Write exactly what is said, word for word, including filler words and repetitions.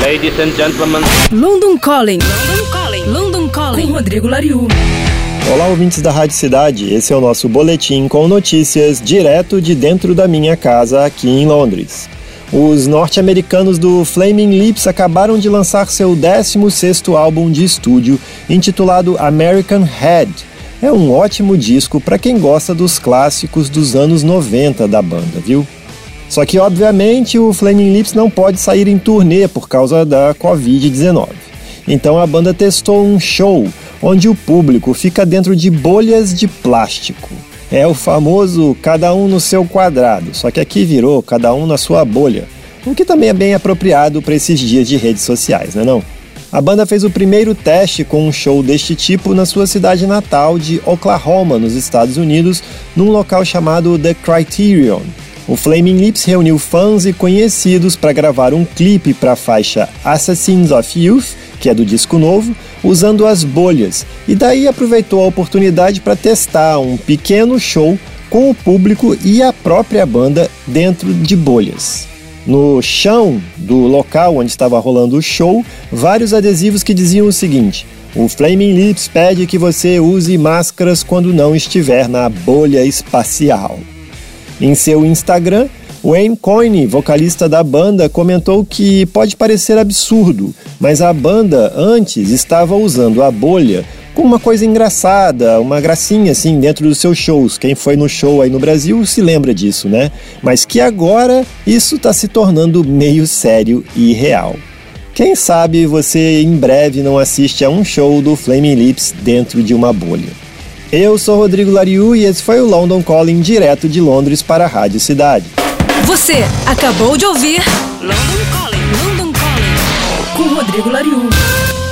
Ladies and gentlemen. London Calling. London Calling. London Calling. Com Rodrigo Lariu. Olá, ouvintes da Rádio Cidade. Esse é o nosso boletim com notícias direto de dentro da minha casa aqui em Londres. Os norte-americanos do Flaming Lips acabaram de lançar seu décimo sexto álbum de estúdio, intitulado American Head. É um ótimo disco para quem gosta dos clássicos dos anos noventa da banda, viu? Só que, obviamente, o Flaming Lips não pode sair em turnê por causa da covid dezenove. Então a banda testou um show onde o público fica dentro de bolhas de plástico. É o famoso cada um no seu quadrado, só que aqui virou cada um na sua bolha, o que também é bem apropriado para esses dias de redes sociais, não é não? A banda fez o primeiro teste com um show deste tipo na sua cidade natal de Oklahoma, nos Estados Unidos, num local chamado The Criterion. O Flaming Lips reuniu fãs e conhecidos para gravar um clipe para a faixa Assassins of Youth, que é do disco novo, usando as bolhas, e daí aproveitou a oportunidade para testar um pequeno show com o público e a própria banda dentro de bolhas. No chão do local onde estava rolando o show, vários adesivos que diziam o seguinte: o Flaming Lips pede que você use máscaras quando não estiver na bolha espacial. Em seu Instagram, Wayne Coyne, vocalista da banda, comentou que pode parecer absurdo, mas a banda antes estava usando a bolha como uma coisa engraçada, uma gracinha assim dentro dos seus shows. Quem foi no show aí no Brasil se lembra disso, né? Mas que agora isso está se tornando meio sério e real. Quem sabe você em breve não assiste a um show do Flaming Lips dentro de uma bolha. Eu sou Rodrigo Lariu e esse foi o London Calling direto de Londres para a Rádio Cidade. Você acabou de ouvir London Calling. London Calling. Com Rodrigo Lariu.